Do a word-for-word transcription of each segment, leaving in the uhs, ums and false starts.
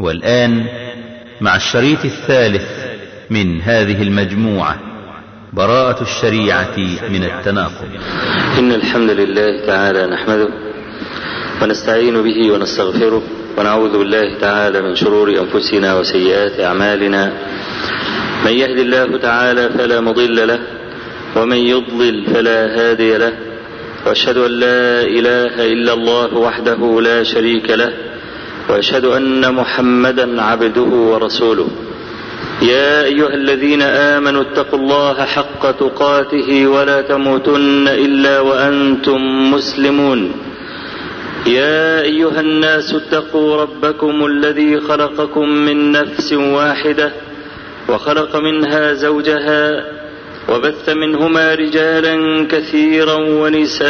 والآن مع الشريط الثالث من هذه المجموعة، براءة الشريعة من التناقض. إن الحمد لله تعالى نحمده ونستعين به ونستغفره ونعوذ بالله تعالى من شرور أنفسنا وسيئات أعمالنا. من يهد الله تعالى فلا مضل له ومن يضلل فلا هادي له، وأشهد أن لا إله إلا الله وحده لا شريك له، وأشهد أن محمدا عبده ورسوله. يا أيها الذين آمنوا اتقوا الله حق تقاته ولا تموتن إلا وأنتم مسلمون. يا أيها الناس اتقوا ربكم الذي خلقكم من نفس واحدة وخلق منها زوجها وبث منهما رجالا كثيرا ونساء،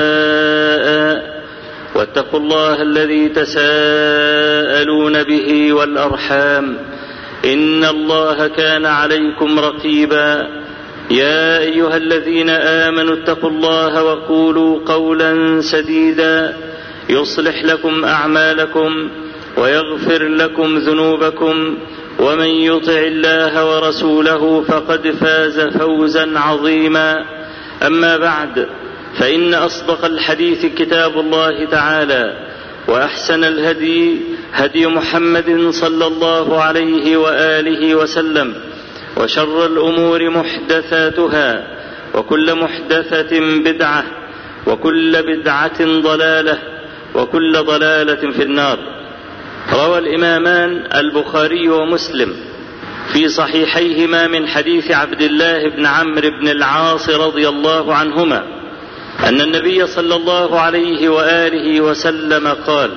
واتقوا الله الذي تساءلون به والأرحام إن الله كان عليكم رقيبا. يا أيها الذين آمنوا اتقوا الله وقولوا قولا سديدا يصلح لكم أعمالكم ويغفر لكم ذنوبكم، ومن يطع الله ورسوله فقد فاز فوزا عظيما. أما بعد، فإن أصدق الحديث كتاب الله تعالى، وأحسن الهدي هدي محمد صلى الله عليه وآله وسلم، وشر الأمور محدثاتها، وكل محدثة بدعة، وكل بدعة ضلالة، وكل ضلالة في النار. روى الإمامان البخاري ومسلم في صحيحيهما من حديث عبد الله بن عمرو بن العاص رضي الله عنهما أن النبي صلى الله عليه وآله وسلم قال: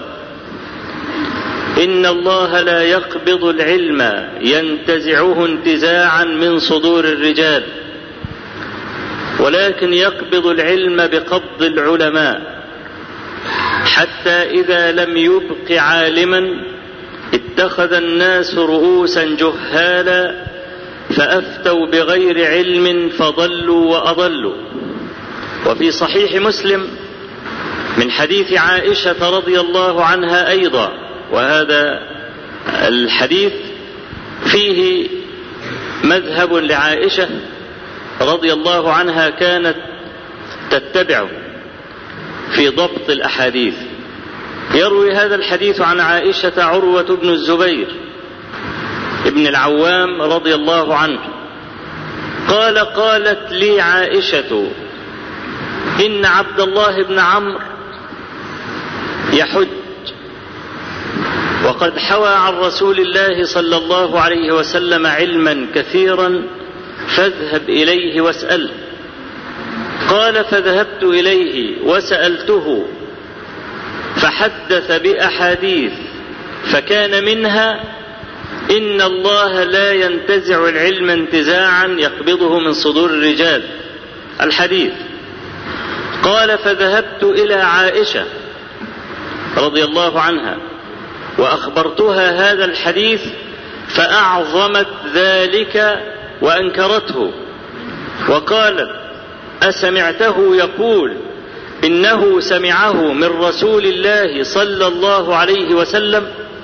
إن الله لا يقبض العلم ينتزعه انتزاعا من صدور الرجال، ولكن يقبض العلم بقبض العلماء، حتى إذا لم يبق عالما اتخذ الناس رؤوسا جهالا فأفتوا بغير علم فضلوا وأضلوا. وفي صحيح مسلم من حديث عائشة رضي الله عنها أيضا، وهذا الحديث فيه مذهب لعائشة رضي الله عنها كانت تتبعه في ضبط الأحاديث. يروي هذا الحديث عن عائشة عروة بن الزبير ابن العوام رضي الله عنه قال: قالت لي عائشة: إن عبد الله بن عمرو يحج، وقد حوى عن رسول الله صلى الله عليه وسلم علما كثيرا، فاذهب إليه واسأله. قال: فذهبت إليه وسألته فحدث بأحاديث، فكان منها: إن الله لا ينتزع العلم انتزاعا يقبضه من صدور الرجال، الحديث. قال: فذهبت إلى عائشة رضي الله عنها وأخبرتها هذا الحديث، فأعظمت ذلك وأنكرته، وقالت: أسمعته يقول إنه سمعه من رسول الله صلى الله عليه وسلم؟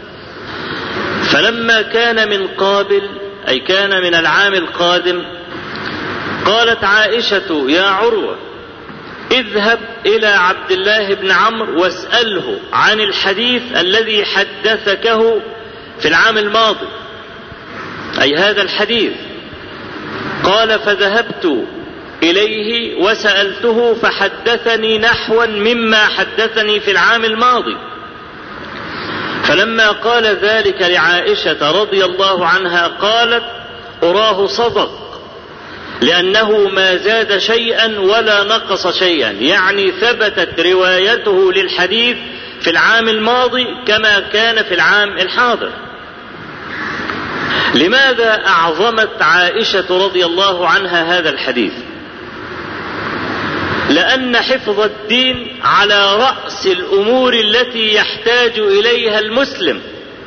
فلما كان من قابل، أي كان من العام القادم، قالت عائشة: يا عروة، اذهب إلى عبد الله بن عمرو واسأله عن الحديث الذي حدثكه في العام الماضي، أي هذا الحديث. قال: فذهبت إليه وسألته فحدثني نحوا مما حدثني في العام الماضي. فلما قال ذلك لعائشة رضي الله عنها قالت: أراه صدق، لأنه ما زاد شيئا ولا نقص شيئا، يعني ثبتت روايته للحديث في العام الماضي كما كان في العام الحاضر. لماذا أعظمت عائشة رضي الله عنها هذا الحديث؟ لأن حفظ الدين على رأس الأمور التي يحتاج إليها المسلم،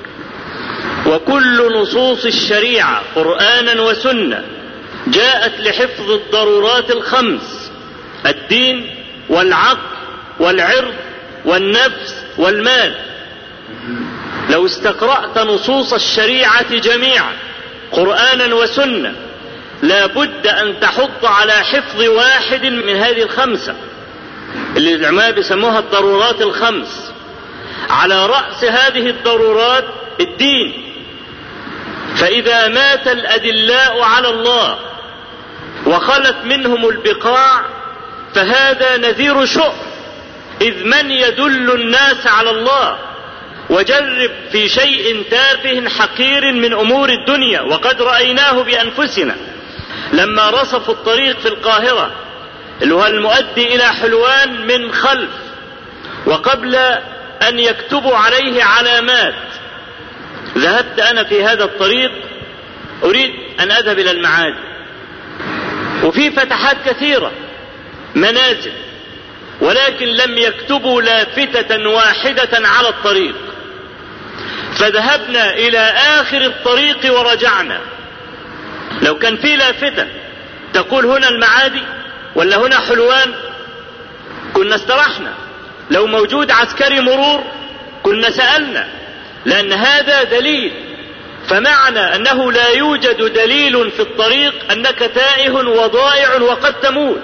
وكل نصوص الشريعة قرآنا وسنة جاءت لحفظ الضرورات الخمس: الدين والعقل والعرض والنفس والمال. لو استقرأت نصوص الشريعة جميعا قرآنا وسنة لا بد أن تحط على حفظ واحد من هذه الخمسة اللي العلماء بيسموها الضرورات الخمس. على رأس هذه الضرورات الدين. فإذا مات الأدلاء على الله وخلت منهم البقاع فهذا نذير شؤم، إذ من يدل الناس على الله؟ وجرب في شيء تافه حقير من أمور الدنيا، وقد رأيناه بأنفسنا لما رصفوا الطريق في القاهرة اللي هو المؤدي إلى حلوان من خلف، وقبل أن يكتبوا عليه علامات. ذهبت أنا في هذا الطريق أريد أن أذهب إلى المعادي، وفي فتحات كثيرة منازل، ولكن لم يكتبوا لافتة واحدة على الطريق. فذهبنا إلى آخر الطريق ورجعنا. لو كان في لافتة تقول هنا المعادي ولا هنا حلوان كنا استرحنا، لو موجود عسكري مرور كنا سألنا، لأن هذا دليل. فمعنى أنه لا يوجد دليل في الطريق أنك تائه وضائع وقد تموت.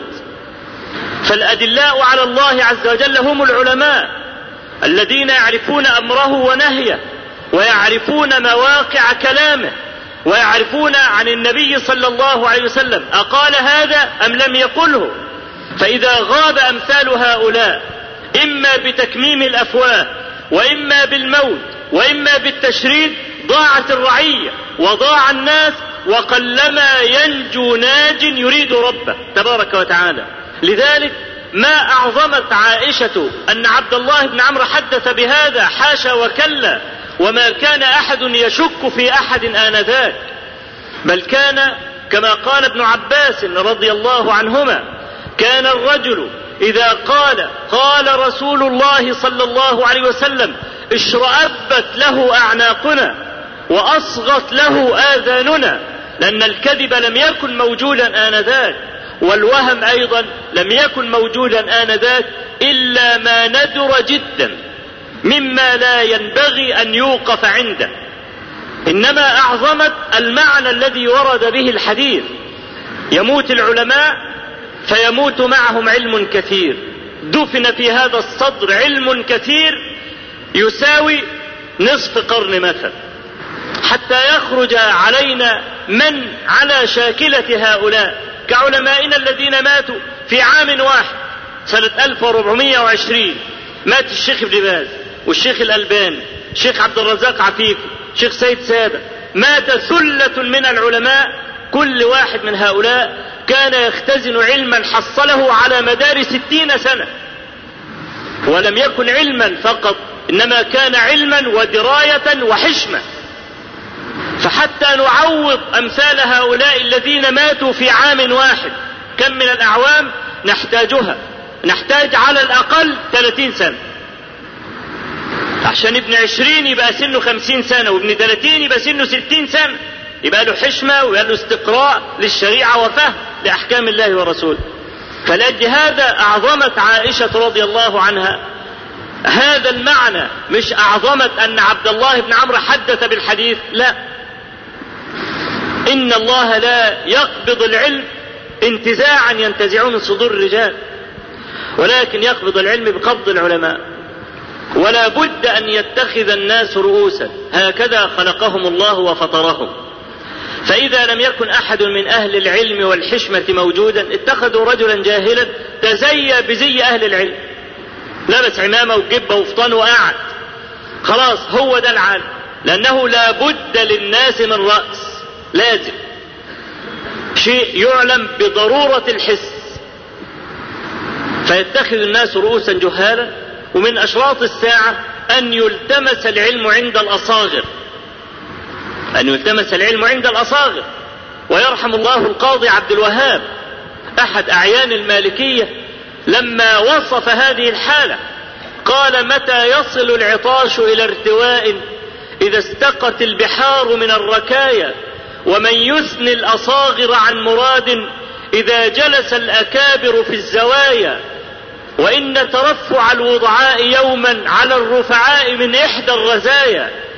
فالأدلاء على الله عز وجل هم العلماء الذين يعرفون أمره ونهيه، ويعرفون مواقع كلامه، ويعرفون عن النبي صلى الله عليه وسلم أقال هذا أم لم يقله. فإذا غاب أمثال هؤلاء إما بتكميم الأفواه وإما بالموت وإما بالتشريد ضاعت الرعية وضاع الناس، وقلما ينجو ناج يريد ربه تبارك وتعالى. لذلك ما أعظمت عائشة أن عبد الله بن عمرو حدث بهذا، حاشا وكلا، وما كان أحد يشك في أحد آنذاك، بل كان كما قال ابن عباس رضي الله عنهما: كان الرجل إذا قال قال رسول الله صلى الله عليه وسلم اشرأبت له أعناقنا وأصغت له آذاننا، لأن الكذب لم يكن موجودا آنذاك، والوهم أيضا لم يكن موجودا آنذاك إلا ما ندر جدا مما لا ينبغي أن يوقف عنده. إنما أعظمت المعنى الذي ورد به الحديث: يموت العلماء فيموت معهم علم كثير. دفن في هذا الصدر علم كثير يساوي نصف قرن مثلا، حتى يخرج علينا من على شاكلة هؤلاء كعلمائنا الذين ماتوا في عام واحد سنة ألف وأربعمائة وعشرين. مات الشيخ ابن باز والشيخ الألباني، الشيخ عبد الرزاق عفيفي، الشيخ سيد سابق، مات ثلة من العلماء. كل واحد من هؤلاء كان يختزن علما حصله على مدار ستين سنة، ولم يكن علما فقط، إنما كان علما ودراية وحشمة. فحتى نعوض أمثال هؤلاء الذين ماتوا في عام واحد كم من الأعوام نحتاجها؟ نحتاج على الأقل ثلاثين سنة، عشان ابن عشرين يبقى سنه خمسين سنة، وابن ثلاثين يبقى سنه ستين سنة، يبقى له حشمة ويبقى له استقراء للشريعة وفهم لأحكام الله ورسوله. فلأجل هذا أعظمت عائشة رضي الله عنها هذا المعنى، مش أعظمت أن عبد الله بن عمرو حدث بالحديث، لا، إن الله لا يقبض العلم انتزاعا ينتزعون من صدور الرجال، ولكن يقبض العلم بقبض العلماء. ولا بد أن يتخذ الناس رؤوسا، هكذا خلقهم الله وفطرهم. فإذا لم يكن أحد من أهل العلم والحشمة موجودا اتخذوا رجلا جاهلا تزيى بزي أهل العلم، لبس عمامة وجبة وفطان وقعد، خلاص هو ده العالم، لأنه لا بد للناس من رأس، لازم شيء يعلم بضرورة الحس. فيتخذ الناس رؤوسا جهالا. ومن أشراط الساعة أن يلتمس العلم عند الأصاغر، أن يلتمس العلم عند الأصاغر. ويرحم الله القاضي عبد الوهاب أحد أعيان المالكية لما وصف هذه الحالة قال: متى يصل العطاش إلى ارتواء إذا استقت البحار من الركايا، ومن يثني الأصاغر عن مراد إذا جلس الأكابر في الزوايا، وإن ترفع الوضعاء يوما على الرفعاء من إحدى الرزايا،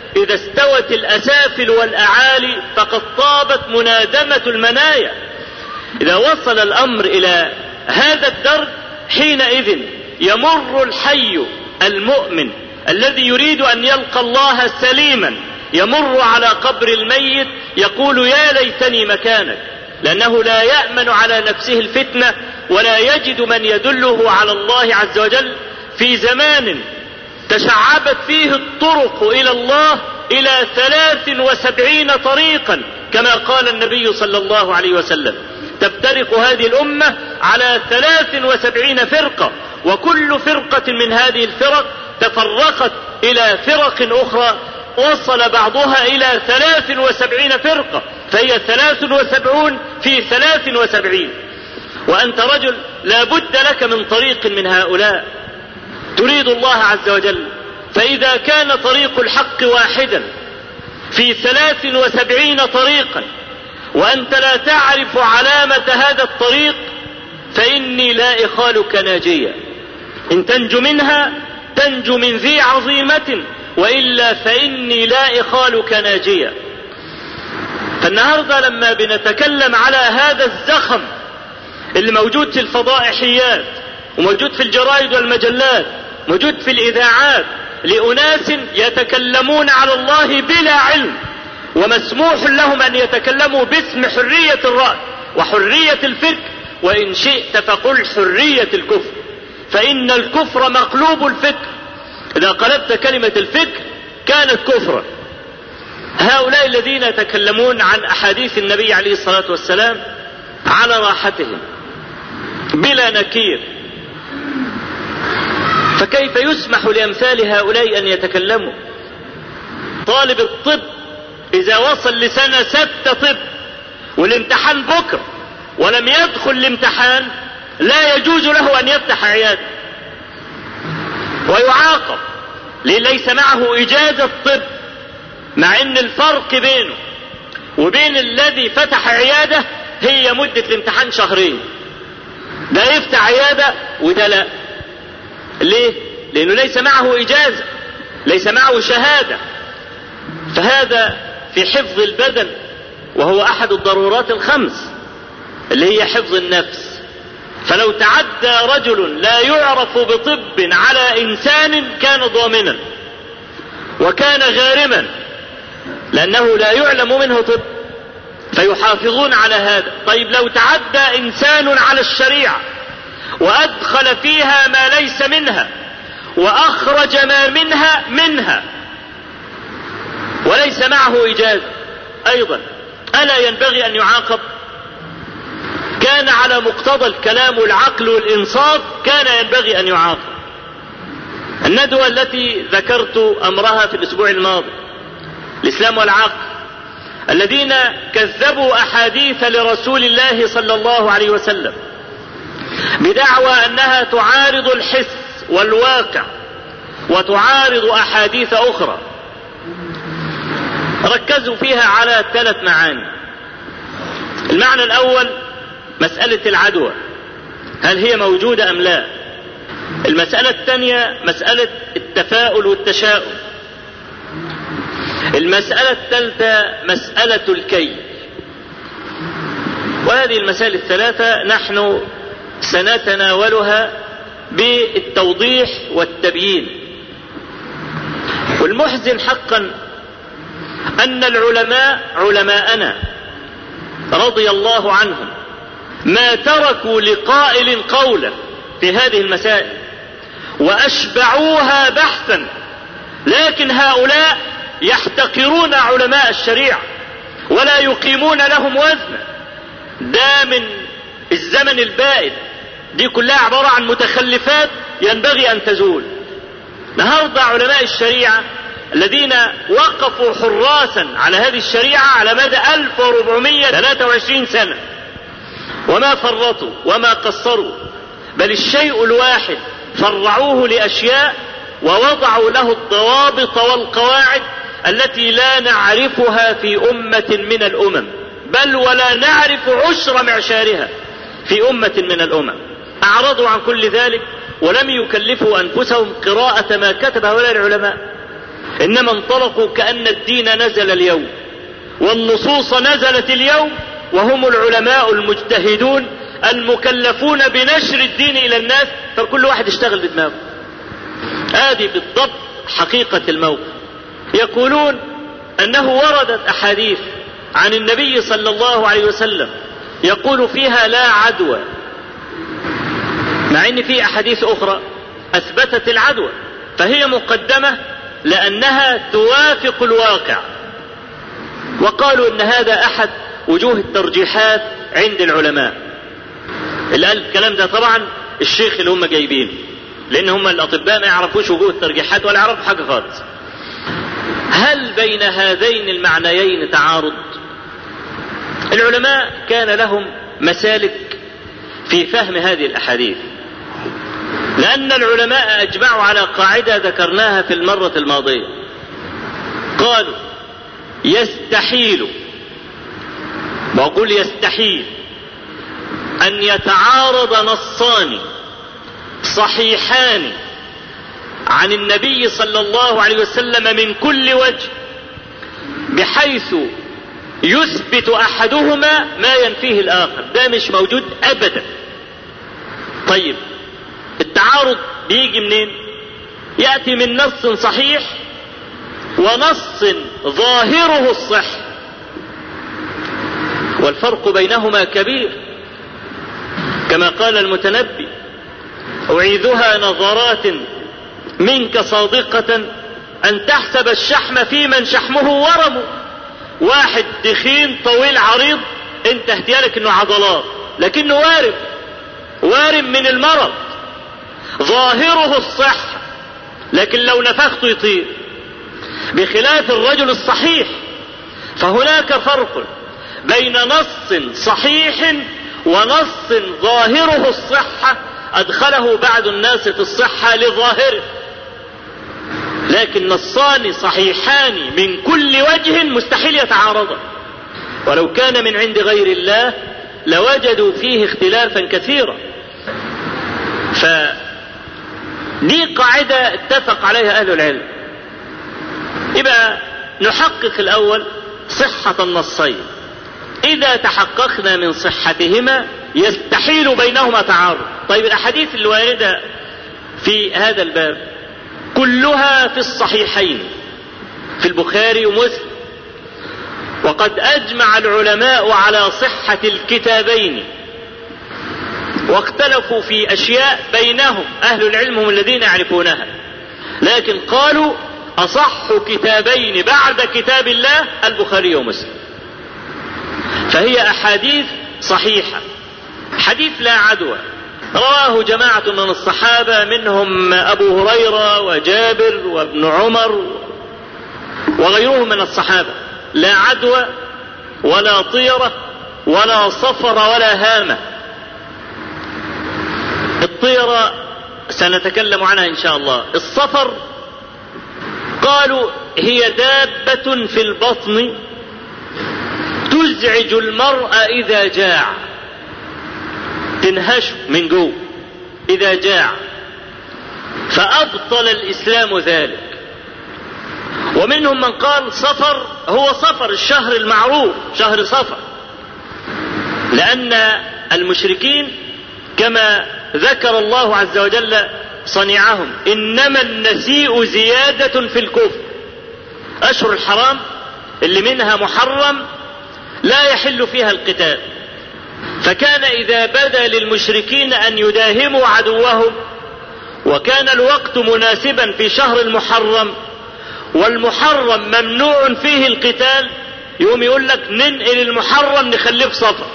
إذا استوت الأسافل والأعالي فقد طابت منادمة المنايا. إذا وصل الأمر إلى هذا الدرج حينئذ يمر الحي المؤمن الذي يريد أن يلقى الله سليما يمر على قبر الميت يقول يا ليتني مكانك، لأنه لا يأمن على نفسه الفتنة ولا يجد من يدله على الله عز وجل في زمان تشعبت فيه الطرق إلى الله إلى ثلاث وسبعين طريقا كما قال النبي صلى الله عليه وسلم. تفترق هذه الأمة على ثلاث وسبعين فرقة، وكل فرقة من هذه الفرق تفرقت إلى فرق أخرى وصل بعضها إلى ثلاث وسبعين فرقة، فهي ثلاث وسبعون في ثلاث وسبعين. وأنت رجل لا بد لك من طريق من هؤلاء تريد الله عز وجل، فإذا كان طريق الحق واحدا في ثلاث وسبعين طريقا وأنت لا تعرف علامة هذا الطريق فإني لا إخالك ناجيا، إن تنجو منها تنجو من ذي عظيمة، وإلا فإني لا إخالك ناجيا. فالنهاردة لما بنتكلم على هذا الزخم اللي موجود في الفضائحيات وموجود في الجرائد والمجلات موجود في الإذاعات لأناس يتكلمون على الله بلا علم، ومسموح لهم أن يتكلموا باسم حرية الرأي وحرية الفكر، وإن شئت فقل حرية الكفر، فإن الكفر مقلوب الفكر، إذا قلبت كلمة الفكر كانت كفرا. هؤلاء الذين يتكلمون عن أحاديث النبي عليه الصلاة والسلام على راحتهم بلا نكير، فكيف يسمح لأمثال هؤلاء أن يتكلموا؟ طالب الطب إذا وصل لسنة ستة طب والامتحان بكرة ولم يدخل الامتحان لا يجوز له أن يفتح عيادة ويعاقب، ليس معه إجازة طب، مع أن الفرق بينه وبين الذي فتح عيادة هي مدة الامتحان شهرين. ده يفتح عيادة وده لا. ليه؟ لأنه ليس معه إجازة، ليس معه شهادة. فهذا في حفظ البدن، وهو أحد الضرورات الخمس اللي هي حفظ النفس. فلو تعدى رجل لا يعرف بطب على إنسان كان ضامنا وكان غارما، لأنه لا يعلم منه طب، فيحافظون على هذا. طيب لو تعدى إنسان على الشريعة وأدخل فيها ما ليس منها وأخرج ما منها منها وليس معه إجازة أيضا، ألا ينبغي أن يعاقب؟ كان على مقتضى الكلام والعقل والإنصاف كان ينبغي أن يعاقب. الندوة التي ذكرت أمرها في الأسبوع الماضي، الإسلام والعقل، الذين كذبوا أحاديث لرسول الله صلى الله عليه وسلم بدعوى أنها تعارض الحس والواقع وتعارض أحاديث أخرى، ركزوا فيها على ثلاث معاني. المعنى الأول مسألة العدوى، هل هي موجودة أم لا؟ المسألة الثانية مسألة التفاؤل والتشاؤم. المسألة الثالثة مسألة الكي. وهذه المسائل الثلاثة نحن سنتناولها بالتوضيح والتبيين. والمحزن حقا أن العلماء علماءنا رضي الله عنهم ما تركوا لقائل قولا في هذه المسائل وأشبعوها بحثا، لكن هؤلاء يحتقرون علماء الشريعة ولا يقيمون لهم وزنا. ده من الزمن البائد، دي كلها عبارة عن متخلفات ينبغي أن تزول. النهارده علماء الشريعة الذين وقفوا حراسا على هذه الشريعة على مدى ألف وأربعمائة وثلاثة وعشرين سنة وما فرطوا وما قصروا، بل الشيء الواحد فرعوه لأشياء ووضعوا له الضوابط والقواعد التي لا نعرفها في أمة من الأمم، بل ولا نعرف عشر معشارها في أمة من الأمم. أعرضوا عن كل ذلك ولم يكلفوا أنفسهم قراءة ما كتب هؤلاء العلماء. إنما انطلقوا كأن الدين نزل اليوم والنصوص نزلت اليوم، وهم العلماء المجتهدون المكلفون بنشر الدين إلى الناس، فكل واحد يشتغل بدماغه. هذه بالضبط حقيقة الموقف. يقولون أنه وردت أحاديث عن النبي صلى الله عليه وسلم يقول فيها لا عدوى، مع أن في أحاديث أخرى أثبتت العدوى، فهي مقدمة لأنها توافق الواقع. وقالوا أن هذا أحد وجوه الترجيحات عند العلماء. اللي قال الكلام ده طبعا الشيخ اللي هم جايبينه، لأن هم الأطباء ما يعرفوش وجوه الترجيحات ولا يعرفوا حاجة خالص. هل بين هذين المعنيين تعارض؟ العلماء كان لهم مسالك في فهم هذه الأحاديث، لأن العلماء أجمعوا على قاعدة ذكرناها في المرة الماضية. قالوا يستحيل، وأقول يستحيل، أن يتعارض نصان صحيحان عن النبي صلى الله عليه وسلم من كل وجه بحيث يثبت أحدهما ما ينفيه الآخر. ده مش موجود أبدا. طيب التعارض بيجي منين؟ يأتي من نص صحيح ونص ظاهره الصحة، والفرق بينهما كبير. كما قال المتنبي: أعيذها نظرات منك صادقة أن تحسب الشحم في من شحمه ورم. واحد تخين طويل عريض انت اهتيالك انه عضلات، لكنه وارم، وارم من المرض، ظاهره الصحة، لكن لو نفخته يطير، بخلاف الرجل الصحيح. فهناك فرق بين نص صحيح ونص ظاهره الصحة أدخله بعض الناس في الصحة لظاهره، لكن نصان صحيحان من كل وجه مستحيل يتعارضا، ولو كان من عند غير الله لوجدوا فيه اختلافا كثيرا. فدي قاعدة اتفق عليها أهل العلم. يبقى نحقق الأول صحة النصين، إذا تحققنا من صحتهما يستحيل بينهما تعارض. طيب الأحاديث الواردة في هذا الباب كلها في الصحيحين في البخاري ومسلم، وقد أجمع العلماء على صحة الكتابين، واختلفوا في أشياء بينهم، أهل العلم هم الذين يعرفونها، لكن قالوا أصح كتابين بعد كتاب الله البخاري ومسلم. فهي أحاديث صحيحة. حديث لا عدوى رواه جماعة من الصحابة، منهم أبو هريرة وجابر وابن عمر وغيرهم من الصحابة: لا عدوى ولا طيرة ولا صفر ولا هامة. الطيرة سنتكلم عنها إن شاء الله. الصفر قالوا هي دابة في البطن تزعج المرء إذا جاع، تنهش من جوه إذا جاع، فأبطل الإسلام ذلك. ومنهم من قال صفر هو صفر الشهر المعروف، شهر صفر، لأن المشركين كما ذكر الله عز وجل صنيعهم: إنما النسيء زيادة في الكفر. أشهر الحرام اللي منها محرم لا يحل فيها القتال، فكان إذا بدا للمشركين أن يداهموا عدوهم، وكان الوقت مناسبا في شهر المحرم، والمحرم ممنوع فيه القتال، يقوم يقول لك ننقل المحرم نخليه في صفر،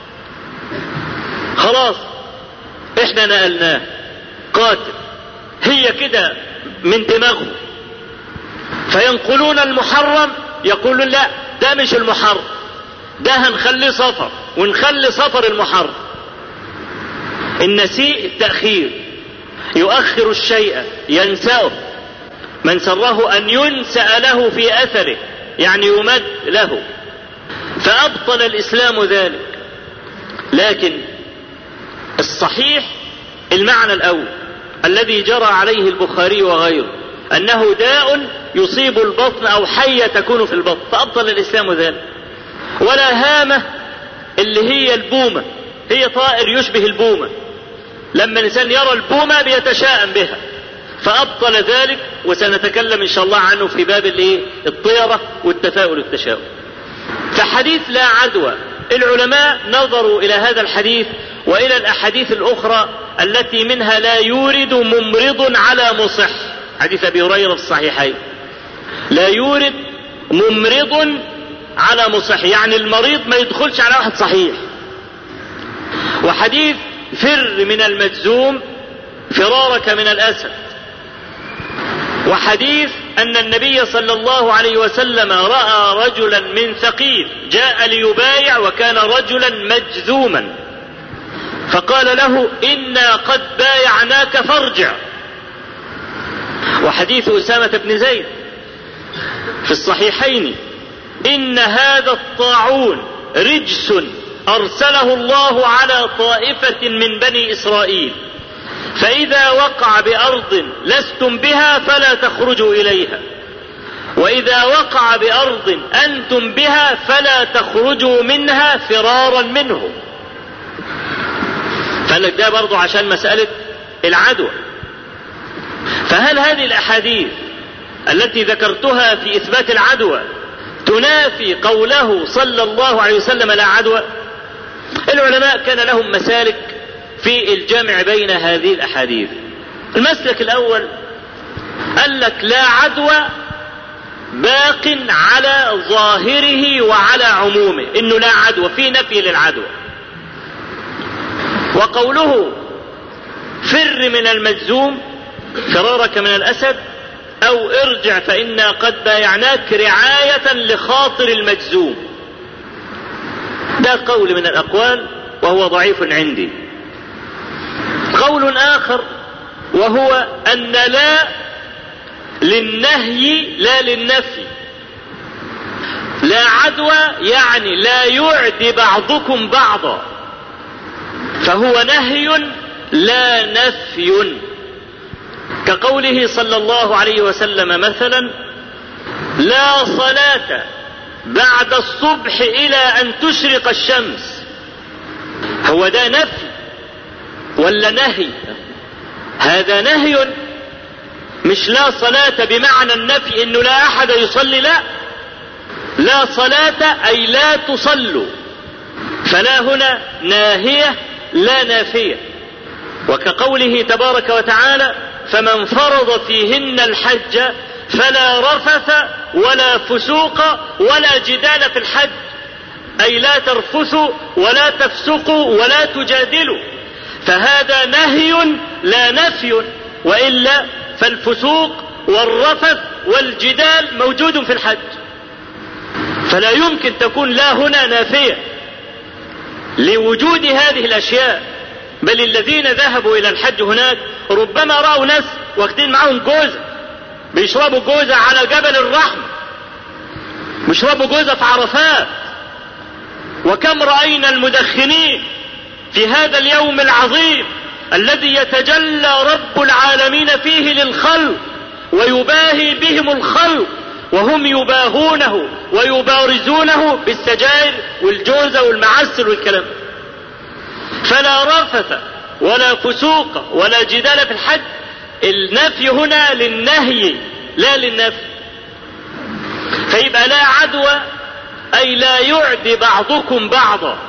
خلاص احنا نقلناه قاتل. هي كده من دماغهم، فينقلون المحرم، يقولون لا ده مش المحرم، ده هنخليه صفر، ونخلي صفر المحرم. النسيء التأخير، يؤخر الشيء ينسأه، من سره أن ينسأ له في أثره يعني يمد له، فأبطل الإسلام ذلك. لكن الصحيح المعنى الأول الذي جرى عليه البخاري وغيره، أنه داء يصيب البطن أو حية تكون في البطن، فأبطل الإسلام ذلك. ولا هامة اللي هي البومة، هي طائر يشبه البومة، لما الإنسان يرى البومة بيتشائم بها، فأبطل ذلك، وسنتكلم إن شاء الله عنه في باب الإيه؟ الطيرة والتفاؤل والتشاؤم. فحديث لا عدوى، العلماء نظروا إلى هذا الحديث وإلى الأحاديث الأخرى التي منها لا يورد ممرض على مصح، حديث أبي هريرة في الصحيحين، لا يورد ممرض على مصح، يعني المريض ما يدخلش على واحد صحيح. وحديث فر من المجذوم فرارك من الأسد. وحديث أن النبي صلى الله عليه وسلم رأى رجلا من ثقيف جاء ليبايع وكان رجلا مجذوما، فقال له إنا قد بايعناك فارجع. وحديث أسامة بن زيد في الصحيحين إن هذا الطاعون رجس أرسله الله على طائفة من بني إسرائيل، فإذا وقع بأرض لستم بها فلا تخرجوا إليها، وإذا وقع بأرض أنتم بها فلا تخرجوا منها فرارا منه. فقال ده برضو عشان مسألة العدوى. فهل هذه الأحاديث التي ذكرتها في إثبات العدوى تنافي قوله صلى الله عليه وسلم لا عدوى؟ العلماء كان لهم مسالك في الجمع بين هذه الأحاديث. المسلك الأول قال لك لا عدوى باق على ظاهره وعلى عمومه، إنه لا عدوى، في نفي للعدوى. وقوله فر من المجذوم فرارك من الأسد أو ارجع فإنا قد بايعناك رعاية لخاطر المجذوم، ده قول من الأقوال وهو ضعيف عندي. قول آخر وهو أن لا للنهي لا للنفي، لا عدوى يعني لا يعدي بعضكم بعضا، فهو نهي لا نفي، كقوله صلى الله عليه وسلم مثلا لا صلاة بعد الصبح إلى أن تشرق الشمس. هو ده نفي ولا نهي؟ هذا نهي، مش لا صلاة بمعنى النفي انه لا احد يصلي، لا لا صلاة اي لا تصلوا، فلا هنا ناهية لا نافية. وكقوله تبارك وتعالى فمن فرض فيهن الحج فلا رفث ولا فسوق ولا جدال في الحج، اي لا ترفثوا ولا تفسقوا ولا تجادلوا، فهذا نهي لا نفي، وإلا فالفسوق والرفث والجدال موجود في الحج، فلا يمكن تكون لا هنا نافية لوجود هذه الأشياء. بل الذين ذهبوا إلى الحج هناك ربما رأوا ناس واخدين معهم جوزة بيشربوا جوزة على جبل الرحمة، بيشربوا جوزة في عرفات. وكم رأينا المدخنين في هذا اليوم العظيم الذي يتجلى رب العالمين فيه للخلق ويباهي بهم الخلق، وهم يباهونه ويبارزونه بالسجائر والجوزة والمعسل والكلام. فلا رفث ولا فسوق ولا جدال في الحج، النفي هنا للنهي لا للنفي. فيبقى لا عدوى أي لا يعدي بعضكم بعضا،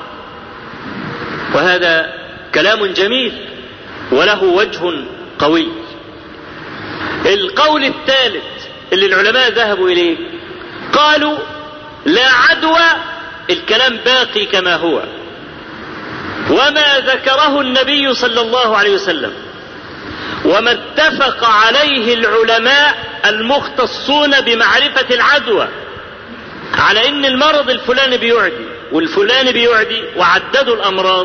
وهذا كلام جميل وله وجه قوي. القول الثالث اللي العلماء ذهبوا إليه قالوا لا عدوى الكلام باقي كما هو، وما ذكره النبي صلى الله عليه وسلم وما اتفق عليه العلماء المختصون بمعرفة العدوى على ان المرض الفلاني بيعدي والفلاني بيعدي وعددوا الامراض،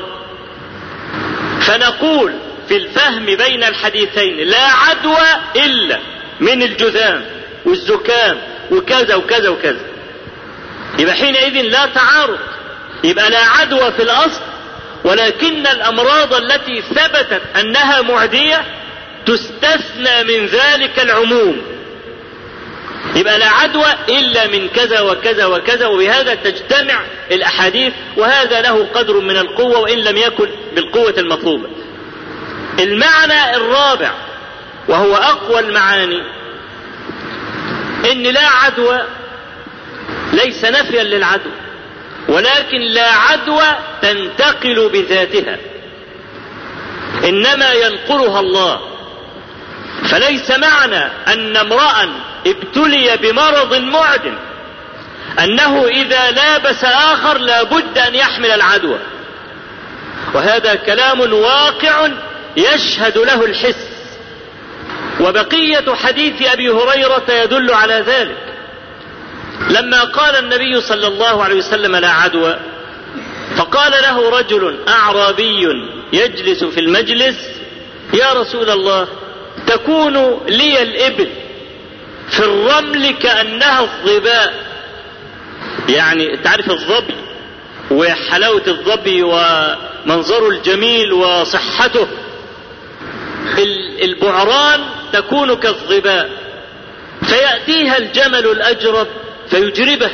فنقول في الفهم بين الحديثين لا عدوى الا من الجذام والزكام وكذا وكذا وكذا، يبقى حينئذ لا تعارض، يبقى لا عدوى في الاصل، ولكن الامراض التي ثبتت انها معدية تستثنى من ذلك العموم. يبقى لا عدوى إلا من كذا وكذا وكذا، وبهذا تجتمع الأحاديث، وهذا له قدر من القوة وإن لم يكن بالقوة المطلوبة. المعنى الرابع وهو أقوى المعاني، إن لا عدوى ليس نفيا للعدوى، ولكن لا عدوى تنتقل بذاتها، إنما ينقلها الله. فليس معنى أن امرأ ابتلي بمرض معدم أنه إذا لابس آخر لا بد أن يحمل العدوى، وهذا كلام واقع يشهد له الحس. وبقية حديث أبي هريرة يدل على ذلك، لما قال النبي صلى الله عليه وسلم لا عدوى، فقال له رجل أعرابي يجلس في المجلس: يا رسول الله، تكون لي الإبل في الرمل كأنها الظباء. يعني تعرف الظبي وحلاوة الظبي ومنظره الجميل وصحته، البعران تكون كالظباء، فيأتيها الجمل الأجرب فيجربها،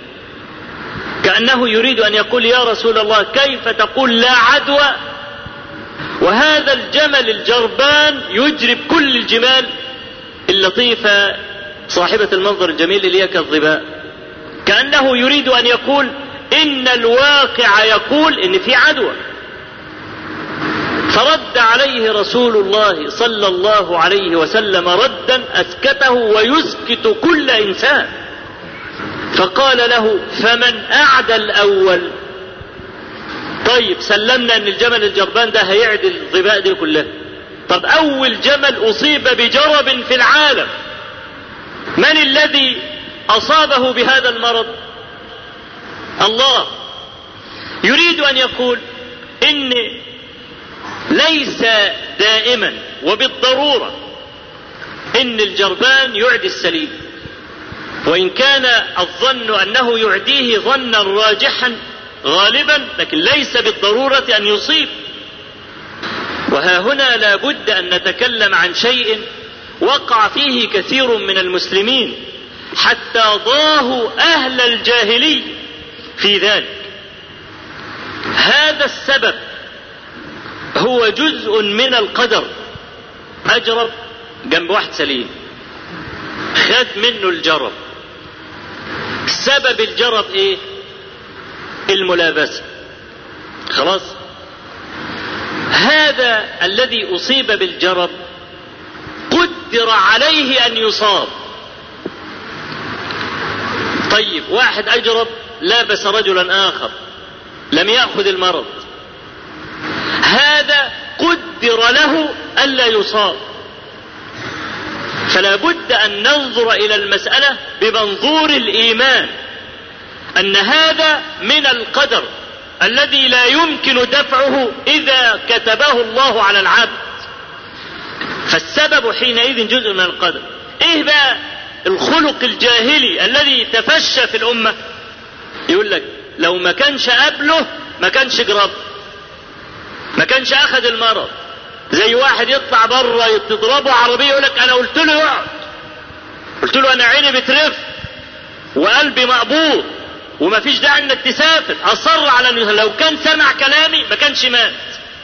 كأنه يريد أن يقول: يا رسول الله، كيف تقول لا عدوى وهذا الجمل الجربان يجرب كل الجمال اللطيفة صاحبة المنظر الجميل اللي هي كالظباء؟ كأنه يريد أن يقول إن الواقع يقول إن في عدوى. فرد عليه رسول الله صلى الله عليه وسلم ردا أسكته ويسكت كل إنسان، فقال له: فمن أعدى الأول؟ طيب سلمنا أن الجمل الجربان ده هيعدل الظباء دي كلها، طب أول جمل أصيب بجرب في العالم من الذي أصابه بهذا المرض؟ الله. يريد أن يقول إن ليس دائما وبالضرورة إن الجربان يعدي السليم، وإن كان الظن أنه يعديه ظنا راجحا غالبا، لكن ليس بالضرورة أن يصيب. وها هنا لا بد أن نتكلم عن شيء وقع فيه كثير من المسلمين حتى ضاهوا أهل الجاهلية في ذلك. هذا السبب هو جزء من القدر. أجرب جنب واحد سليم، خد منه الجرب. سبب الجرب ايه؟ الملابسة. خلاص، هذا الذي أصيب بالجرب قدر عليه أن يصاب. طيب واحد أجرب لابس رجلا آخر لم يأخذ المرض، هذا قدر له ألا يصاب. فلا بد أن ننظر إلى المسألة بمنظور الإيمان، أن هذا من القدر الذي لا يمكن دفعه إذا كتبه الله على العبد. فالسبب حينئذ جزء من القدر. إيه بقى الخلق الجاهلي الذي تفشى في الأمة؟ يقول لك لو ما كانش قبله ما كانش جرب، ما كانش أخذ المرض. زي واحد يطلع بره تضربه عربية يقول لك أنا قلت له يقعد، قلت له أنا عيني بترف وقلبي مقبوض وما فيش داعي انك تسافر، اصر على انه لو كان سمع كلامي ما كانش مات.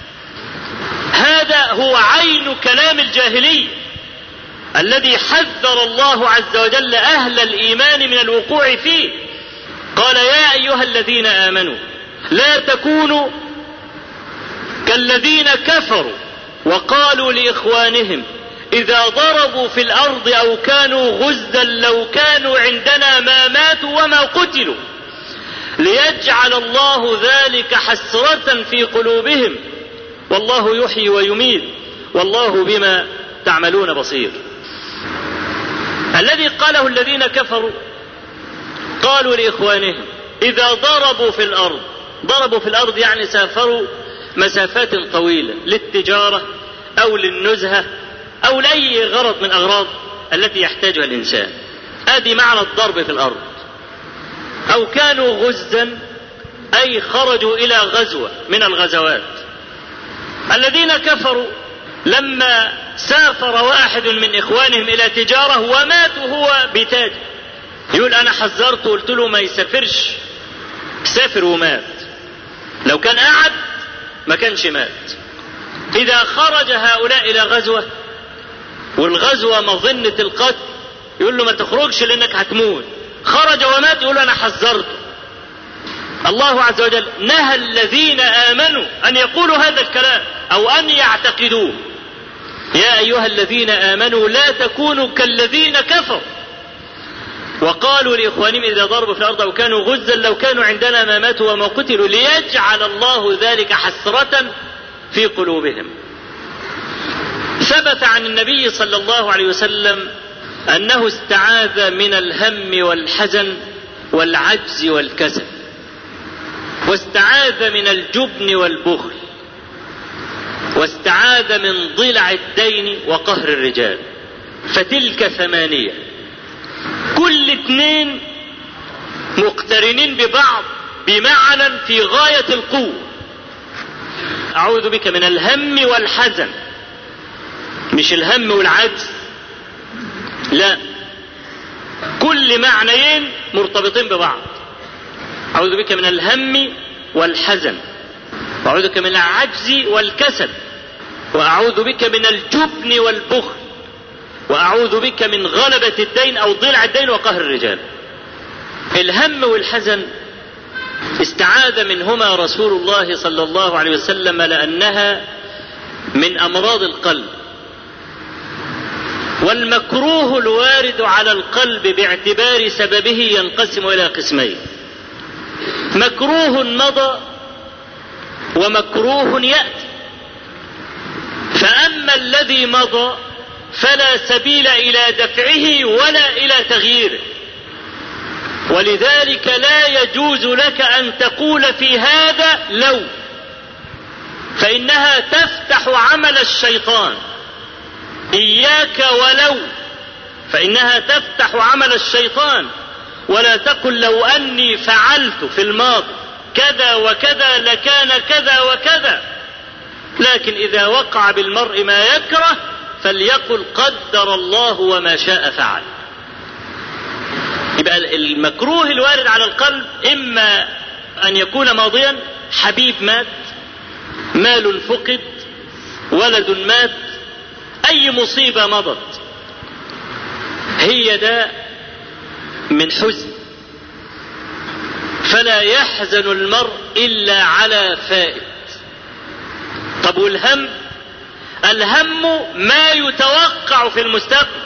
هذا هو عين كلام الجاهلية الذي حذر الله عز وجل اهل الايمان من الوقوع فيه. قال: يا ايها الذين امنوا لا تكونوا كالذين كفروا وقالوا لاخوانهم اذا ضربوا في الارض او كانوا غزا لو كانوا عندنا ما ماتوا وما قتلوا ليجعل الله ذلك حسرة في قلوبهم والله يحيي ويميت والله بما تعملون بصير. الذي قاله الذين كفروا قالوا لإخوانهم إذا ضربوا في الأرض، ضربوا في الأرض يعني سافروا مسافات طويلة للتجارة أو للنزهة أو لأي غرض من أغراض التي يحتاجها الإنسان. هذه معنى الضرب في الأرض. أو كانوا غزا أي خرجوا إلى غزوة من الغزوات. الذين كفروا لما سافر واحد من إخوانهم إلى تجارة ومات وهو بتاجر، يقول أنا حذرته قلت له ما يسافرش، سافر ومات، لو كان قعد ما كانش مات. إذا خرج هؤلاء إلى غزوة والغزوة مظنة القتل يقول له ما تخرجش لأنك هتموت، خرج ومات يقول له أنا حذرته. الله عز وجل نهى الذين آمنوا أن يقولوا هذا الكلام أو أن يعتقدوه. يا أيها الذين آمنوا لا تكونوا كالذين كفروا وقالوا لإخوانهم إذا ضربوا في الأرض وكانوا غزا لو كانوا عندنا ما ماتوا وما قتلوا ليجعل الله ذلك حسرة في قلوبهم. ثبت عن النبي صلى الله عليه وسلم أنه استعاذ من الهم والحزن والعجز والكسل، واستعاذ من الجبن والبخل، واستعاذ من ضلع الدين وقهر الرجال. فتلك ثمانية، كل اثنين مقترنين ببعض بمعنى في غاية القوة. أعوذ بك من الهم والحزن، مش الهم والعجز، لا، كل معنيين مرتبطين ببعض. أعوذ بك من الهم والحزن، وأعوذ بك من العجز والكسل، وأعوذ بك من الجبن والبخل، وأعوذ بك من غلبة الدين أو ضلع الدين وقهر الرجال. الهم والحزن استعاذ منهما رسول الله صلى الله عليه وسلم لأنها من أمراض القلب. والمكروه الوارد على القلب باعتبار سببه ينقسم إلى قسمين: مكروه مضى ومكروه يأتي. فأما الذي مضى فلا سبيل إلى دفعه ولا إلى تغييره، ولذلك لا يجوز لك أن تقول في هذا لو، فإنها تفتح عمل الشيطان. إياك ولو، فإنها تفتح عمل الشيطان. ولا تقل لو أني فعلت في الماضي كذا وكذا لكان كذا وكذا، لكن إذا وقع بالمرء ما يكره فليقل قدر الله وما شاء فعل. يبقى المكروه الوارد على القلب إما أن يكون ماضيا، حبيب مات، مال فقد، ولد مات، أي مصيبة مضت، هي ده من حزن. فلا يحزن المرء إلا على فائت. طب والهم؟ الهم ما يتوقع في المستقبل،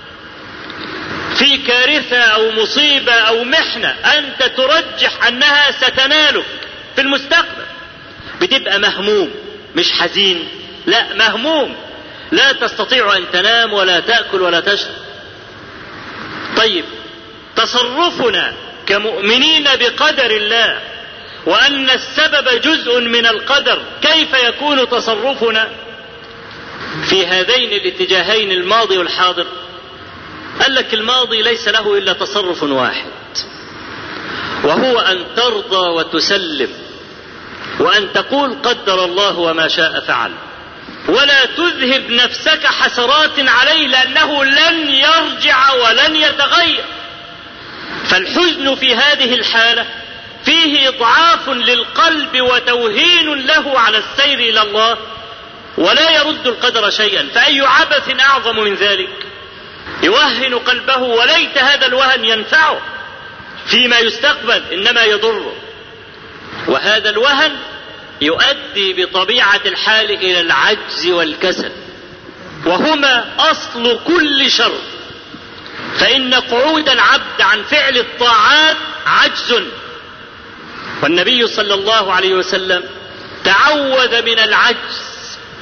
في كارثة أو مصيبة أو محنة أنت ترجح أنها ستنالك في المستقبل، بتبقى مهموم، مش حزين، لا، مهموم، لا تستطيع أن تنام ولا تأكل ولا تشرب. طيب، تصرفنا كمؤمنين بقدر الله وأن السبب جزء من القدر، كيف يكون تصرفنا في هذين الاتجاهين الماضي والحاضر؟ قال لك الماضي ليس له إلا تصرف واحد، وهو أن ترضى وتسلم وأن تقول قدر الله وما شاء فعل، ولا تذهب نفسك حسرات عليه لأنه لن يرجع ولن يتغير. فالحزن في هذه الحالة فيه إضعاف للقلب وتوهين له على السير إلى الله، ولا يرد القدر شيئا. فأي عبث أعظم من ذلك؟ يوهن قلبه، وليت هذا الوهن ينفعه فيما يستقبل، إنما يضره. وهذا الوهن يؤدي بطبيعة الحال إلى العجز والكسل، وهما أصل كل شر. فإن قعود العبد عن فعل الطاعات عجز، والنبي صلى الله عليه وسلم تعوذ من العجز،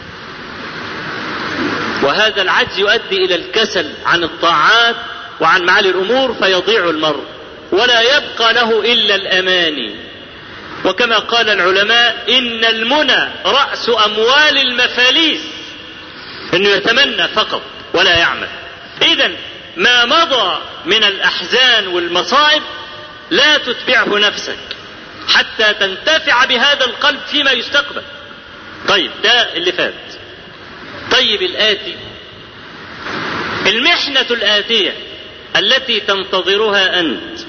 وهذا العجز يؤدي إلى الكسل عن الطاعات وعن معالي الأمور، فيضيع المرء ولا يبقى له إلا الأماني. وكما قال العلماء إن المنى رأس أموال المفاليس، إنه يتمنى فقط ولا يعمل. إذن ما مضى من الأحزان والمصائب لا تتبعه نفسك حتى تنتفع بهذا القلب فيما يستقبل. طيب، ده اللي فات. طيب، الآتي المحنة الآتية التي تنتظرها أنت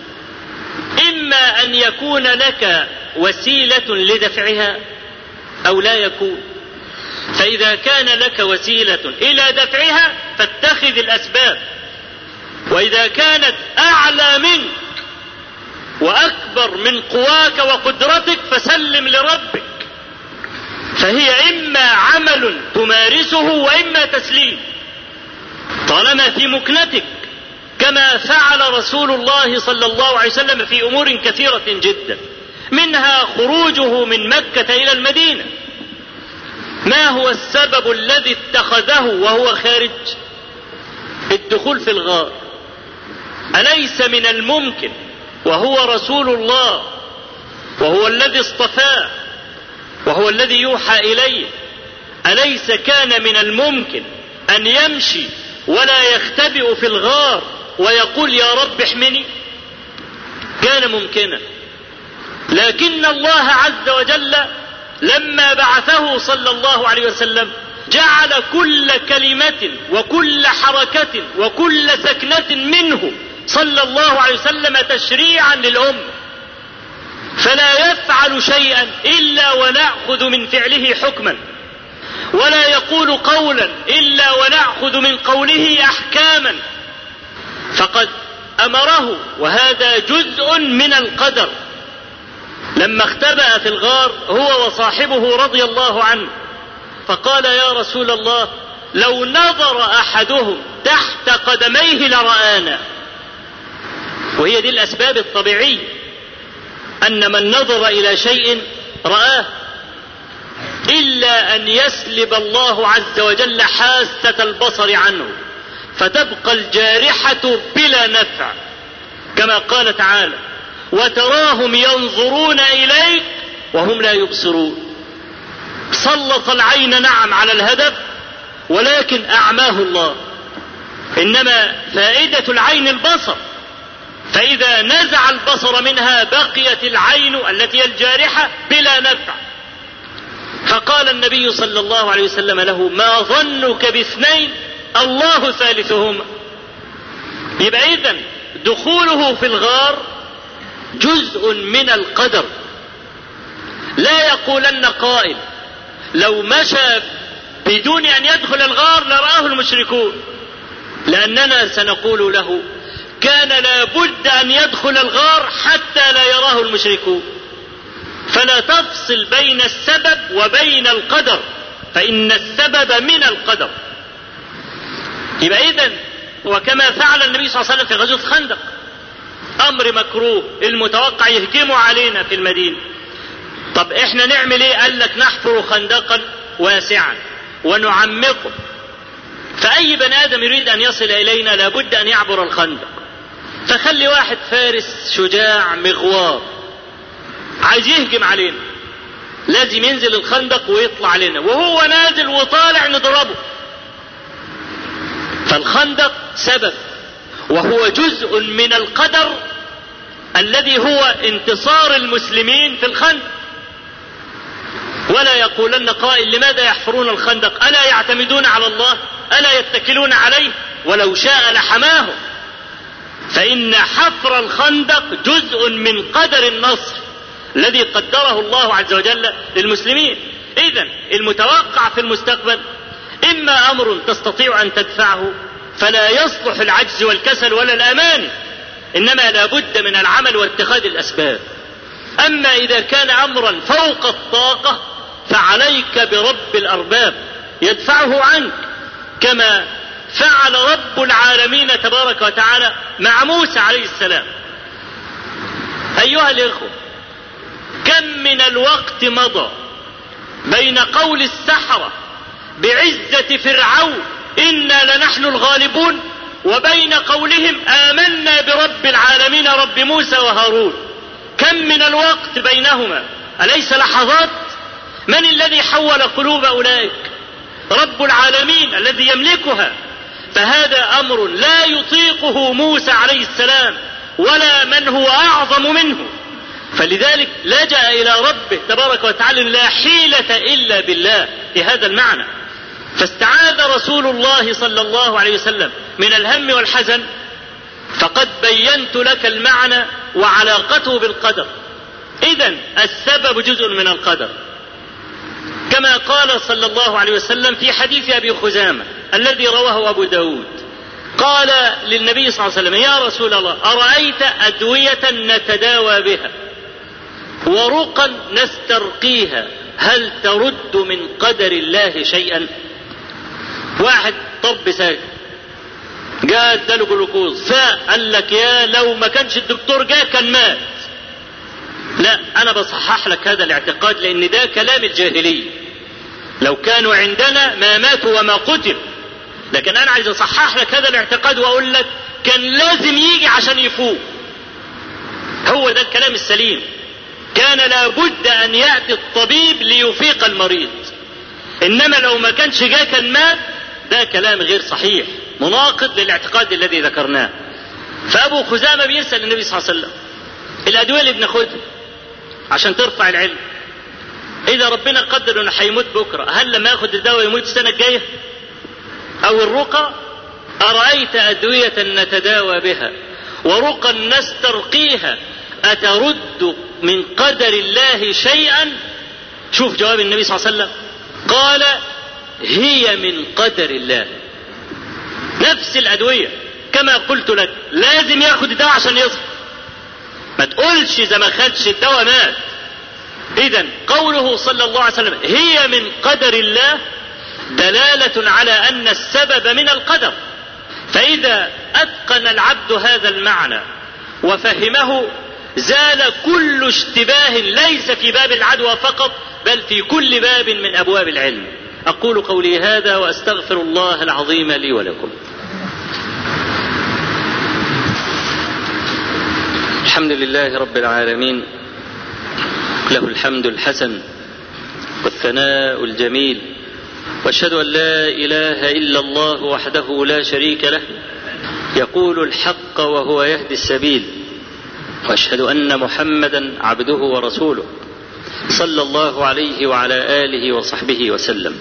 إما أن يكون لك وسيلة لدفعها أو لا يكون. فإذا كان لك وسيلة إلى دفعها فاتخذ الأسباب، وإذا كانت أعلى منك وأكبر من قواك وقدرتك فسلم لربك، فهي إما عمل تمارسه وإما تسليم طالما في مكنتك، كما فعل رسول الله صلى الله عليه وسلم في أمور كثيرة جدا، منها خروجه من مكة إلى المدينة. ما هو السبب الذي اتخذه وهو خارج؟ الدخول في الغار. أليس من الممكن وهو رسول الله وهو الذي اصطفاه وهو الذي يوحى إليه، أليس كان من الممكن أن يمشي ولا يختبئ في الغار ويقول يا رب احمني؟ كان ممكنا، لكن الله عز وجل لما بعثه صلى الله عليه وسلم جعل كل كلمة وكل حركة وكل سكنة منه صلى الله عليه وسلم تشريعا للأمة، فلا يفعل شيئا إلا ونأخذ من فعله حكما، ولا يقول قولا إلا ونأخذ من قوله أحكاما. فقد أمره، وهذا جزء من القدر، لما اختبأ في الغار هو وصاحبه رضي الله عنه، فقال يا رسول الله لو نظر أحدهم تحت قدميه لرآنا. وهي دي الأسباب الطبيعية، أن من نظر إلى شيء رآه، إلا أن يسلب الله عز وجل حاسة البصر عنه فتبقى الجارحة بلا نفع، كما قال تعالى وتراهم ينظرون إليك وهم لا يبصرون. سلط العين نعم على الهدف ولكن أعماه الله، إنما فائدة العين البصر، فإذا نزع البصر منها بقيت العين التي هي الجارحة بلا نفع. فقال النبي صلى الله عليه وسلم له ما ظنك باثنين الله ثالثهما. يبقى إذن دخوله في الغار جزء من القدر. لا يقولن قائل لو مشى بدون أن يدخل الغار لرآه المشركون، لأننا سنقول له كان لا بد أن يدخل الغار حتى لا يراه المشركون. فلا تفصل بين السبب وبين القدر، فإن السبب من القدر. يبقى إذن وكما فعل النبي صلى الله عليه وسلم في غزوة خندق، أمر مكروه المتوقع يهجموا علينا في المدينة. طب احنا نعمل ايه؟ قال لك نحفر خندقا واسعا ونعمقه، فأي بني آدم يريد أن يصل إلينا لابد أن يعبر الخندق. فخلي واحد فارس شجاع مغوار عايز يهجم علينا، لازم ينزل الخندق ويطلع علينا، وهو نازل وطالع نضربه. فالخندق سبب وهو جزء من القدر الذي هو انتصار المسلمين في الخندق. ولا يقولن قائل لماذا يحفرون الخندق؟ ألا يعتمدون على الله؟ ألا يتكلون عليه؟ ولو شاء لحماهم. فإن حفر الخندق جزء من قدر النصر الذي قدره الله عز وجل للمسلمين. إذن المتوقع في المستقبل إما أمر تستطيع أن تدفعه فلا يصلح العجز والكسل ولا الأمان، إنما لا بد من العمل واتخاذ الأسباب. أما إذا كان أمرا فوق الطاقة فعليك برب الأرباب يدفعه عنك، كما فعل رب العالمين تبارك وتعالى مع موسى عليه السلام. أيها الإخوة، كم من الوقت مضى بين قول السحرة بعزة فرعون إنا لنحن الغالبون وبين قولهم آمنا برب العالمين رب موسى وهارون؟ كم من الوقت بينهما؟ أليس لحظات؟ من الذي حول قلوب أولئك؟ رب العالمين الذي يملكها. فهذا أمر لا يطيقه موسى عليه السلام ولا من هو أعظم منه، فلذلك لجأ إلى ربه تبارك وتعالى لا حيلة إلا بالله في هذا المعنى. فاستعاذ رسول الله صلى الله عليه وسلم من الهم والحزن فقد بينت لك المعنى وعلاقته بالقدر. إذن السبب جزء من القدر، كما قال صلى الله عليه وسلم في حديث أبي خزامة الذي رواه أبو داود، قال للنبي صلى الله عليه وسلم: يا رسول الله، أرأيت أدوية نتداوى بها ورقا نسترقيها هل ترد من قدر الله شيئا؟ واحد طب ساكت جاء اداله جلوكوز فقال لك يا لو ما كانش الدكتور جاء كان مات. لا، انا بصحح لك هذا الاعتقاد لان ده كلام الجاهلية، لو كانوا عندنا ما ماتوا وما قتل، لكن انا عايز اصحح لك هذا الاعتقاد واقول لك كان لازم يجي عشان يفوق. هو ده الكلام السليم، كان لابد ان يأتي الطبيب ليفيق المريض، انما لو ما كانش جاء كان مات، ده كلام غير صحيح مناقض للاعتقاد الذي ذكرناه. فابو خزامة بيسأل النبي صلى الله عليه وسلم: الادوية اللي بناخدها عشان ترفع العلم، اذا ربنا قدر انه هيموت بكرة، هل لما ياخد الدواء يموت السنة الجاية؟ او الرقى، أرأيت أدوية نتداوى بها ورقا نسترقيها أترد من قدر الله شيئا؟ شوف جواب النبي صلى الله عليه وسلم، قال: هي من قدر الله. نفس الأدوية كما قلت لك، لازم ياخد الدواء عشان يصحى، ما تقولش إذا ما خدش الدواء مات. إذن قوله صلى الله عليه وسلم هي من قدر الله دلالة على أن السبب من القدر. فإذا أتقن العبد هذا المعنى وفهمه زال كل اشتباه ليس في باب العدوى فقط بل في كل باب من أبواب العلم. أقول قولي هذا وأستغفر الله العظيم لي ولكم. الحمد لله رب العالمين، له الحمد الحسن والثناء الجميل، واشهد ان لا اله الا الله وحده لا شريك له يقول الحق وهو يهدي السبيل، واشهد ان محمدا عبده ورسوله صلى الله عليه وعلى اله وصحبه وسلم.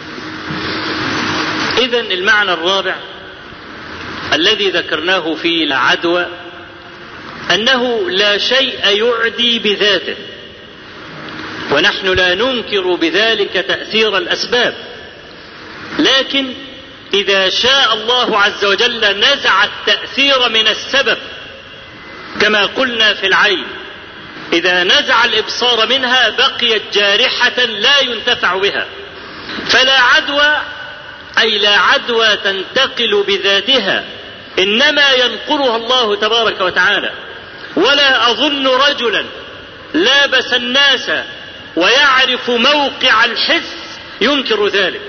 اذن المعنى الرابع الذي ذكرناه في العدوى انه لا شيء يعدي بذاته، ونحن لا ننكر بذلك تأثير الأسباب، لكن إذا شاء الله عز وجل نزع التأثير من السبب، كما قلنا في العين إذا نزع الإبصار منها بقيت جارحة لا ينتفع بها. فلا عدوى أي لا عدوى تنتقل بذاتها، إنما ينقلها الله تبارك وتعالى. ولا أظن رجلا لابس الناس ويعرف موقع الحس ينكر ذلك.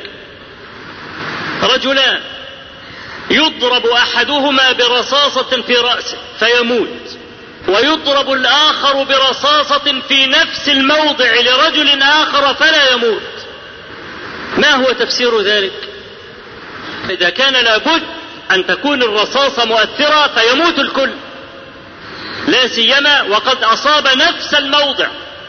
رجلان يضرب أحدهما برصاصة في رأسه فيموت، ويضرب الآخر برصاصة في نفس الموضع لرجل آخر فلا يموت. ما هو تفسير ذلك؟ إذا كان لابد أن تكون الرصاصة مؤثرة فيموت الكل، لا سيما وقد أصاب نفس الموضع.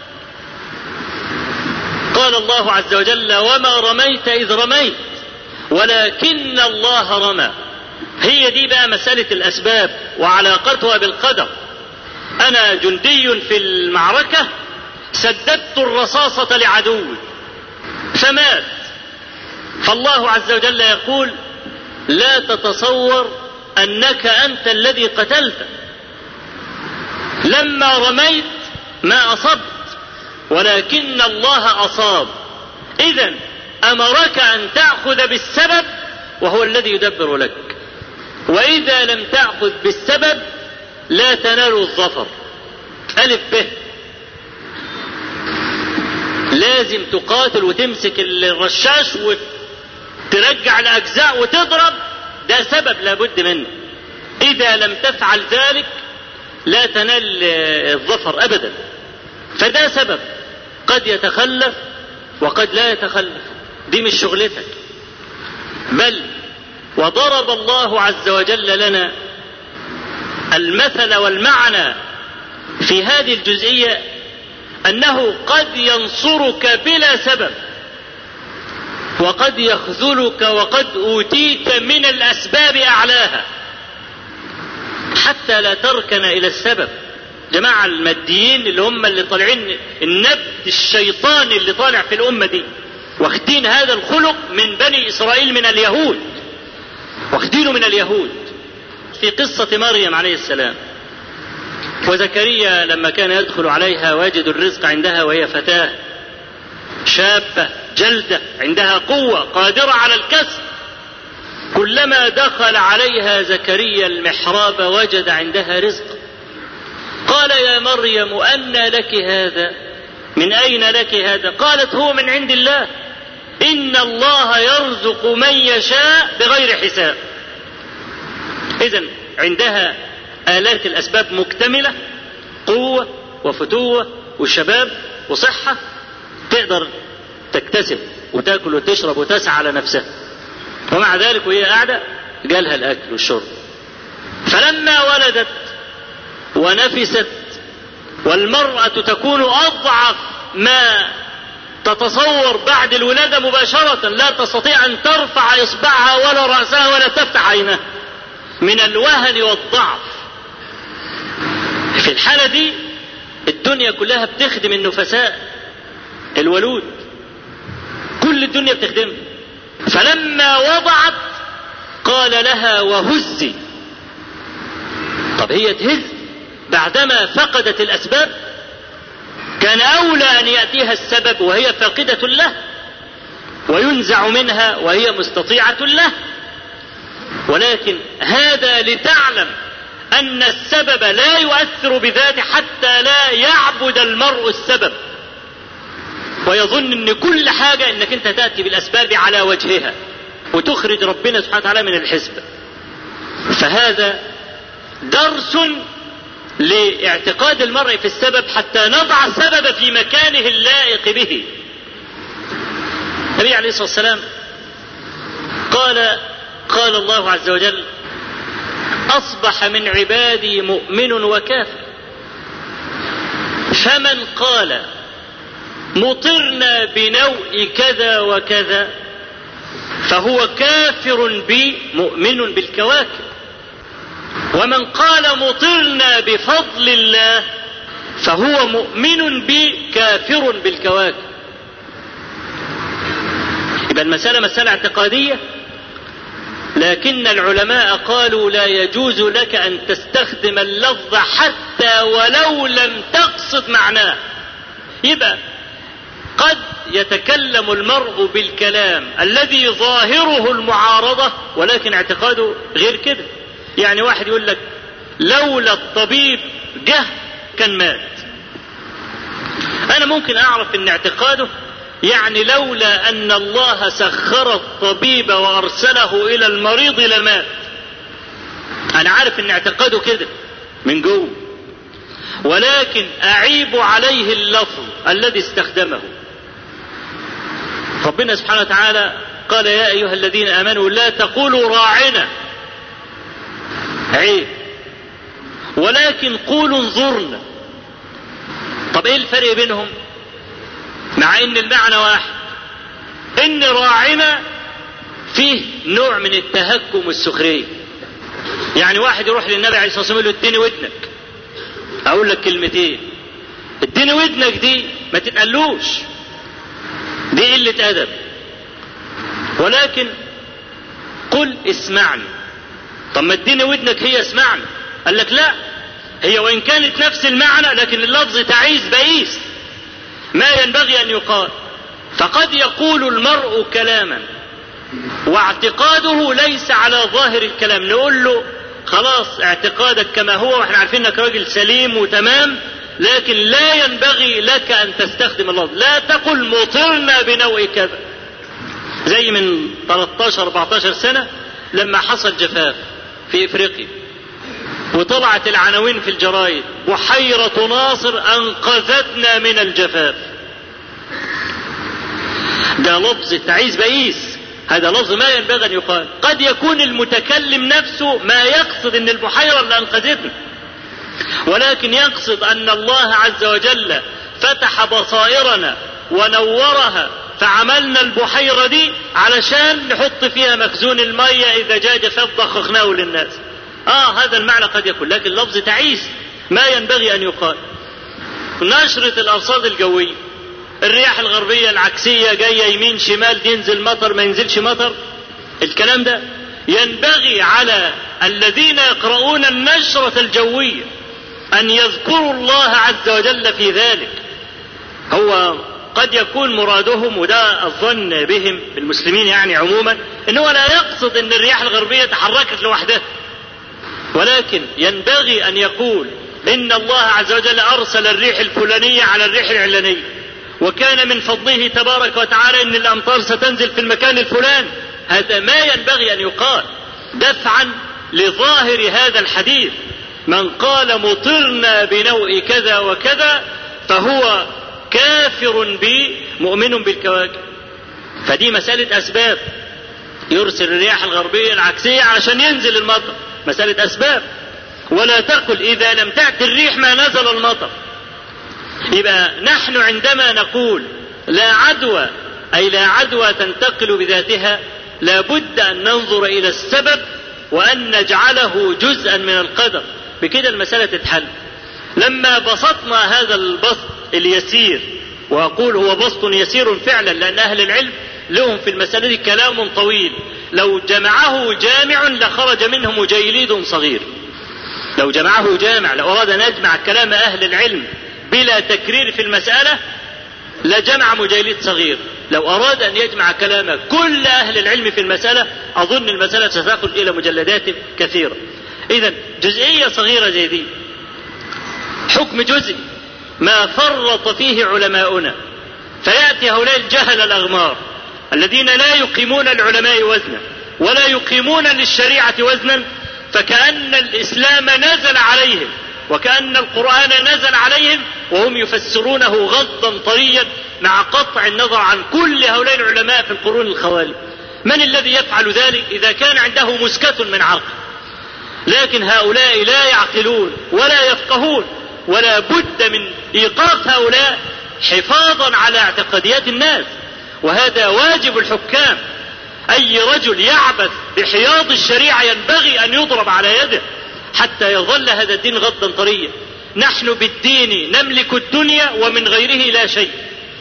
قال الله عز وجل: وما رميت إذ رميت ولكن الله رمى. هي دي بقى مسألة الأسباب وعلاقتها بالقدر. أنا جندي في المعركة سددت الرصاصة لعدوي فمات، فالله عز وجل يقول: لا تتصور أنك أنت الذي قتلت، لما رميت ما أصبت ولكن الله أصاب. إذن أمرك أن تأخذ بالسبب وهو الذي يدبر لك، وإذا لم تأخذ بالسبب لا تنال الظفر. ألف به، لازم تقاتل وتمسك الرشاش وترجع الأجزاء وتضرب، ده سبب لابد منه. إذا لم تفعل ذلك لا تنال الظفر أبدا. فده سبب قد يتخلف وقد لا يتخلف، دي مش شغلتك. بل وضرب الله عز وجل لنا المثل والمعنى في هذه الجزئية أنه قد ينصرك بلا سبب وقد يخذلك وقد أوتيت من الأسباب أعلاها حتى لا تركن إلى السبب. جماعة الماديين اللي هم اللي طالعين النبت الشيطاني اللي طالع في الأمة دي، واخدين هذا الخلق من بني إسرائيل من اليهود، واخدينه من اليهود. في قصة مريم عليه السلام وزكريا لما كان يدخل عليها ويجد الرزق عندها وهي فتاة شابة جلدة عندها قوة قادرة على الكسب، كلما دخل عليها زكريا المحراب وجد عندها رزق. قال يا مريم أنى لك هذا؟ من أين لك هذا؟ قالت هو من عند الله، إن الله يرزق من يشاء بغير حساب. إذن عندها آلات الأسباب مكتملة، قوة وفتوة وشباب وصحة، تقدر تكتسب وتأكل وتشرب وتسعى على نفسها، ومع ذلك وهي قاعدة جالها الأكل والشرب. فلما ولدت ونفست، والمرأة تكون أضعف ما تتصور بعد الولادة مباشرة، لا تستطيع أن ترفع إصبعها ولا رأسها ولا تفتح عينها من الوهن والضعف. في الحالة دي الدنيا كلها بتخدم النفساء الولود، كل الدنيا بتخدمها. فلما وضعت قال لها وهزي. طب هي تهز بعدما فقدت الأسباب؟ كان أولى أن يأتيها السبب وهي فاقدة له، وينزع منها وهي مستطيعة له. ولكن هذا لتعلم أن السبب لا يؤثر بذاته حتى لا يعبد المرء السبب ويظن أن كل حاجة أنك أنت تأتي بالأسباب على وجهها وتخرج ربنا سبحانه وتعالى من الحسبة. فهذا درس لاعتقاد المرء في السبب حتى نضع السبب في مكانه اللائق به. النبي عليه الصلاة والسلام قال قال الله عز وجل أصبح من عبادي مؤمن وكافر، فمن قال مطرنا بنوء كذا وكذا فهو كافر بي مؤمن بالكواكب، ومن قال مطرنا بفضل الله فهو مؤمن بي كافر بالكواكب. يبقى المسألة مسألة اعتقادية، لكن العلماء قالوا لا يجوز لك أن تستخدم اللفظ حتى ولو لم تقصد معناه. يبقى قد يتكلم المرء بالكلام الذي ظاهره المعارضة ولكن اعتقاده غير كده. يعني واحد يقول لك لولا الطبيب جه كان مات. أنا ممكن أعرف أن اعتقاده يعني لولا أن الله سخر الطبيب وأرسله إلى المريض لمات. أنا عارف أن اعتقاده كده من جوه، ولكن أعيب عليه اللفظ الذي استخدمه. ربنا سبحانه وتعالى قال يا أيها الذين آمنوا لا تقولوا راعنا، عيب، ولكن قولوا انظرنا. طب ايه الفرق بينهم مع ان المعنى واحد؟ ان راعنا فيه نوع من التهكم والسخرية. يعني واحد يروح للنبي عليه الصلاة والسلام يقول له اديني ودنك، اقول لك كلمتين، اديني ودنك دي ما تتقلوش، دي قلة ادب. ولكن قل اسمعني. طب ما اديني ودنك هي اسمعني. قال لك لا، هي وان كانت نفس المعنى لكن اللفظ تعيس بئيس ما ينبغي ان يقال. فقد يقول المرء كلاما واعتقاده ليس على ظاهر الكلام، نقول له خلاص اعتقادك كما هو واحنا عارفين انك راجل سليم وتمام، لكن لا ينبغي لك ان تستخدم اللفظ. لا تقل مطرنا بنوء كذا. زي من ثلاثة عشر أربعة عشر سنة لما حصل جفاف في افريقيا وطلعت العناوين في الجرايد بحيرة ناصر انقذتنا من الجفاف. ده لفظ تعيس بئيس، هذا لفظ ما ينبغي ان يقال. قد يكون المتكلم نفسه ما يقصد ان البحيرة اللي انقذتنا، ولكن يقصد ان الله عز وجل فتح بصائرنا ونورها فعملنا البحيرة دي علشان نحط فيها مخزون المية إذا جاء جفاف ضخخناه للناس. آه هذا المعنى قد يكون، لكن لفظ تعيس ما ينبغي أن يقال. نشرة الأرصاد الجوية، الرياح الغربية العكسية جاية يمين شمال، ينزل مطر ما ينزلش مطر، الكلام ده ينبغي على الذين يقرؤون النشرة الجوية أن يذكروا الله عز وجل في ذلك. هو قد يكون مرادهم، وده الظن بهم المسلمين يعني عموما، أنه لا يقصد أن الرياح الغربية تحركت لوحدها، ولكن ينبغي أن يقول إن الله عز وجل أرسل الريح الفلانية على الريح العلانية، وكان من فضله تبارك وتعالى أن الأمطار ستنزل في المكان الفلاني. هذا ما ينبغي أن يقال دفعا لظاهر هذا الحديث. من قال مطرنا بنوء كذا وكذا فهو كافر بي مؤمن بالكواكب. فدي مسألة أسباب، يرسل الرياح الغربية العكسية علشان ينزل المطر، مسألة أسباب. ولا تقل إذا لم تأتي الريح ما نزل المطر. يبقى نحن عندما نقول لا عدوى، أي لا عدوى تنتقل بذاتها، لا بد أن ننظر إلى السبب وأن نجعله جزءا من القدر، بكده المسألة تتحل. لما بسطنا هذا البسط اليسير، وأقول هو بسط يسير فعلا لأن أهل العلم لهم في المسألة دي كلام طويل، لو جمعه جامع لخرج منه مجيليد صغير. لو جمعه جامع، لو أراد أن يجمع كلام أهل العلم بلا تكرير في المسألة لجمع مجيليد صغير. لو أراد أن يجمع كلام كل أهل العلم في المسألة أظن المسألة ستأخذ إلى مجلدات كثيرة. إذن جزئية صغيرة زي دي، حكم جزئي ما فرط فيه علماؤنا، فيأتي هؤلاء الجهل الأغمار الذين لا يقيمون العلماء وزنا ولا يقيمون للشريعة وزنا، فكأن الإسلام نزل عليهم وكأن القرآن نزل عليهم وهم يفسرونه غضا طريا مع قطع النظر عن كل هؤلاء العلماء في القرون الخوالي. من الذي يفعل ذلك إذا كان عنده مسكة من عقل؟ لكن هؤلاء لا يعقلون ولا يفقهون، ولا بد من إيقاف هؤلاء حفاظا على اعتقاديات الناس، وهذا واجب الحكام. أي رجل يعبث بحياض الشريعة ينبغي أن يضرب على يده حتى يظل هذا الدين غضا طريا. نحن بالدين نملك الدنيا ومن غيره لا شيء.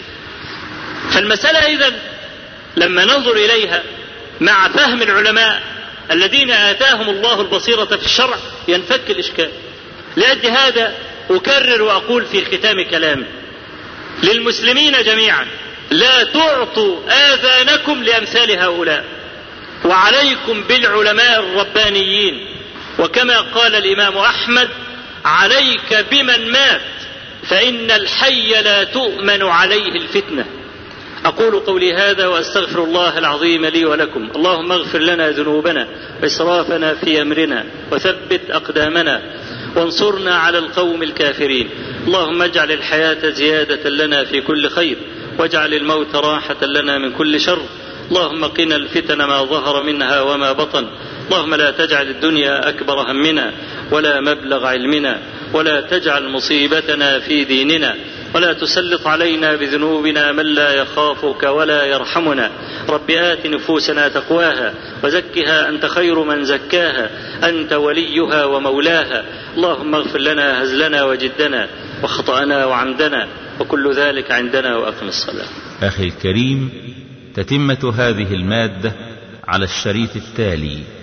فالمسألة إذن لما ننظر إليها مع فهم العلماء الذين آتاهم الله البصيرة في الشرع ينفك الإشكال. لأجل هذا أكرر وأقول في ختام كلامي للمسلمين جميعا: لا تعطوا آذانكم لأمثال هؤلاء، وعليكم بالعلماء الربانيين. وكما قال الإمام أحمد: عليك بمن مات فإن الحي لا تؤمن عليه الفتنة. أقول قولي هذا وأستغفر الله العظيم لي ولكم. اللهم اغفر لنا ذنوبنا وإسرافنا في أمرنا وثبت أقدامنا وانصرنا على القوم الكافرين. اللهم اجعل الحياة زيادة لنا في كل خير، واجعل الموت راحة لنا من كل شر. اللهم قنا الفتن ما ظهر منها وما بطن. اللهم لا تجعل الدنيا أكبر همنا ولا مبلغ علمنا، ولا تجعل مصيبتنا في ديننا، ولا تسلط علينا بذنوبنا من لا يخافك ولا يرحمنا. رب آت نفوسنا تقواها وزكها أنت خير من زكاها، أنت وليها ومولاها. اللهم اغفر لنا هزلنا وجدنا وخطأنا وعمدنا وكل ذلك عندنا، وأقم الصلاة. أخي الكريم، تتمة هذه المادة على الشريط التالي.